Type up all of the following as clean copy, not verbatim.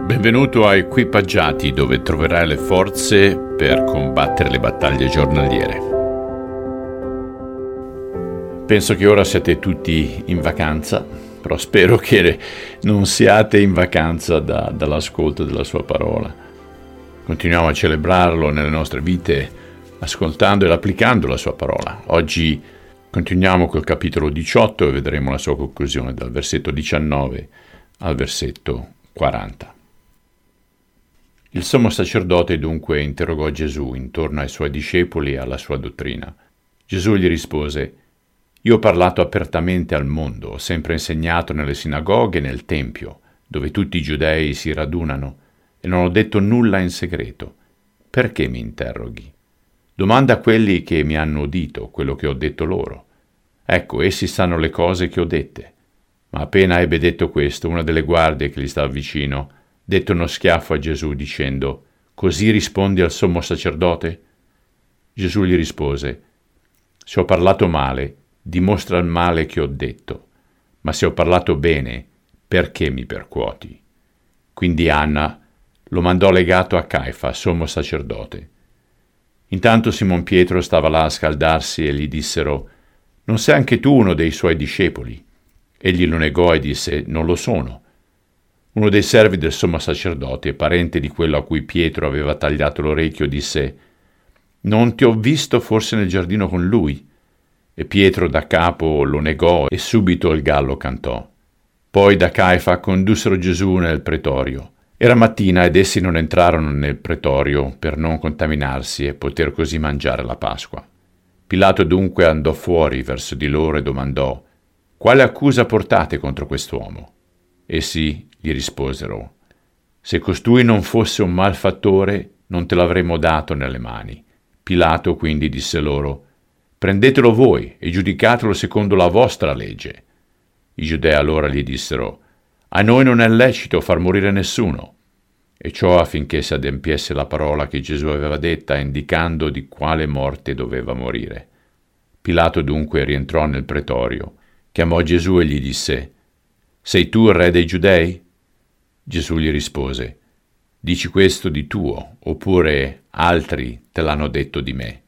Benvenuto a Equipaggiati, dove troverai le forze per combattere le battaglie giornaliere. Penso che ora siete tutti in vacanza, però spero che non siate in vacanza dall'ascolto della sua parola. Continuiamo a celebrarlo nelle nostre vite, ascoltando ed applicando la sua parola. Oggi continuiamo col capitolo 18 e vedremo la sua conclusione dal versetto 19 al versetto 40. Il sommo sacerdote dunque interrogò Gesù intorno ai suoi discepoli e alla sua dottrina. Gesù gli rispose: «Io ho parlato apertamente al mondo, ho sempre insegnato nelle sinagoghe e nel tempio, dove tutti i giudei si radunano, e non ho detto nulla in segreto. Perché mi interroghi? Domanda a quelli che mi hanno udito quello che ho detto loro. Ecco, essi sanno le cose che ho dette». Ma appena ebbe detto questo, una delle guardie che gli stava vicino dette uno schiaffo a Gesù dicendo: «Così rispondi al sommo sacerdote?» Gesù gli rispose: «Se ho parlato male, dimostra il male che ho detto, ma se ho parlato bene, perché mi percuoti?» Quindi Anna lo mandò legato a Caifa, sommo sacerdote. Intanto Simon Pietro stava là a scaldarsi e gli dissero: «Non sei anche tu uno dei suoi discepoli?» Egli lo negò e disse: «Non lo sono». Uno dei servi del sommo sacerdote, parente di quello a cui Pietro aveva tagliato l'orecchio, disse: «Non ti ho visto forse nel giardino con lui?» E Pietro da capo lo negò e subito il gallo cantò. Poi da Caifa condussero Gesù nel pretorio. Era mattina ed essi non entrarono nel pretorio per non contaminarsi e poter così mangiare la Pasqua. Pilato dunque andò fuori verso di loro e domandò: «Quale accusa portate contro quest'uomo?» Essi gli risposero: «Se costui non fosse un malfattore, non te l'avremmo dato nelle mani». Pilato quindi disse loro: «Prendetelo voi e giudicatelo secondo la vostra legge». I giudei allora gli dissero: «A noi non è lecito far morire nessuno». E ciò affinché si adempiesse la parola che Gesù aveva detta, indicando di quale morte doveva morire. Pilato dunque rientrò nel pretorio, chiamò Gesù e gli disse: «Sei tu il re dei Giudei?» Gesù gli rispose: «Dici questo di tuo, oppure altri te l'hanno detto di me?»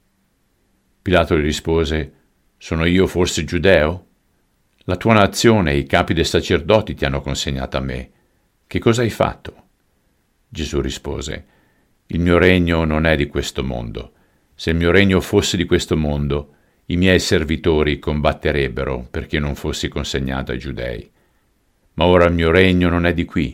Pilato gli rispose: «Sono io forse giudeo? La tua nazione e i capi dei sacerdoti ti hanno consegnato a me. Che cosa hai fatto?» Gesù rispose: «Il mio regno non è di questo mondo. Se il mio regno fosse di questo mondo, i miei servitori combatterebbero perché non fossi consegnato ai giudei. Ma ora il mio regno non è di qui».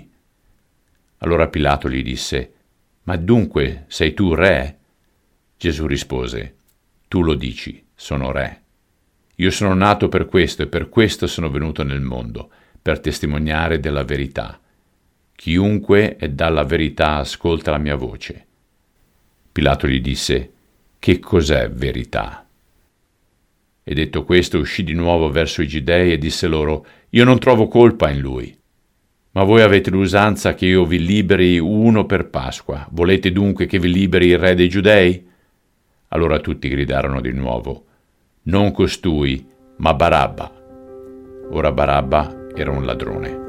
Allora Pilato gli disse: «Ma dunque sei tu re?» Gesù rispose: «Tu lo dici, sono re. Io sono nato per questo e per questo sono venuto nel mondo, per testimoniare della verità. Chiunque è dalla verità ascolta la mia voce». Pilato gli disse: «Che cos'è verità?» E detto questo uscì di nuovo verso i giudei e disse loro: «Io non trovo colpa in lui. Ma voi avete l'usanza che io vi liberi uno per Pasqua. Volete dunque che vi liberi il re dei Giudei?» Allora tutti gridarono di nuovo: «Non costui, ma Barabba». Ora Barabba era un ladrone.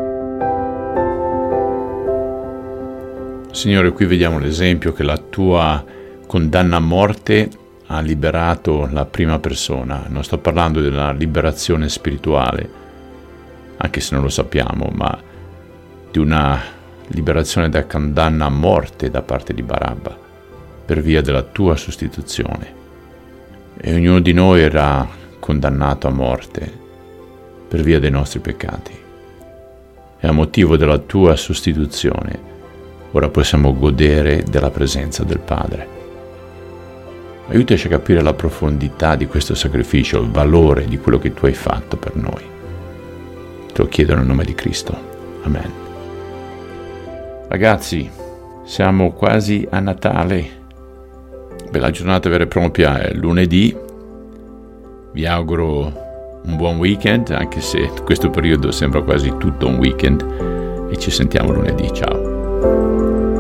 Signore, qui vediamo l'esempio che la tua condanna a morte ha liberato la prima persona. Non sto parlando della liberazione spirituale, anche se non lo sappiamo, ma di una liberazione da condanna a morte da parte di Barabba, per via della tua sostituzione. E ognuno di noi era condannato a morte per via dei nostri peccati. E a motivo della tua sostituzione, ora possiamo godere della presenza del Padre. Aiutaci a capire la profondità di questo sacrificio, il valore di quello che tu hai fatto per noi. Te lo chiedo nel nome di Cristo. Amen. Ragazzi, siamo quasi a Natale. La giornata vera e propria è lunedì. Vi auguro un buon weekend, anche se questo periodo sembra quasi tutto un weekend, e ci sentiamo lunedì. Ciao.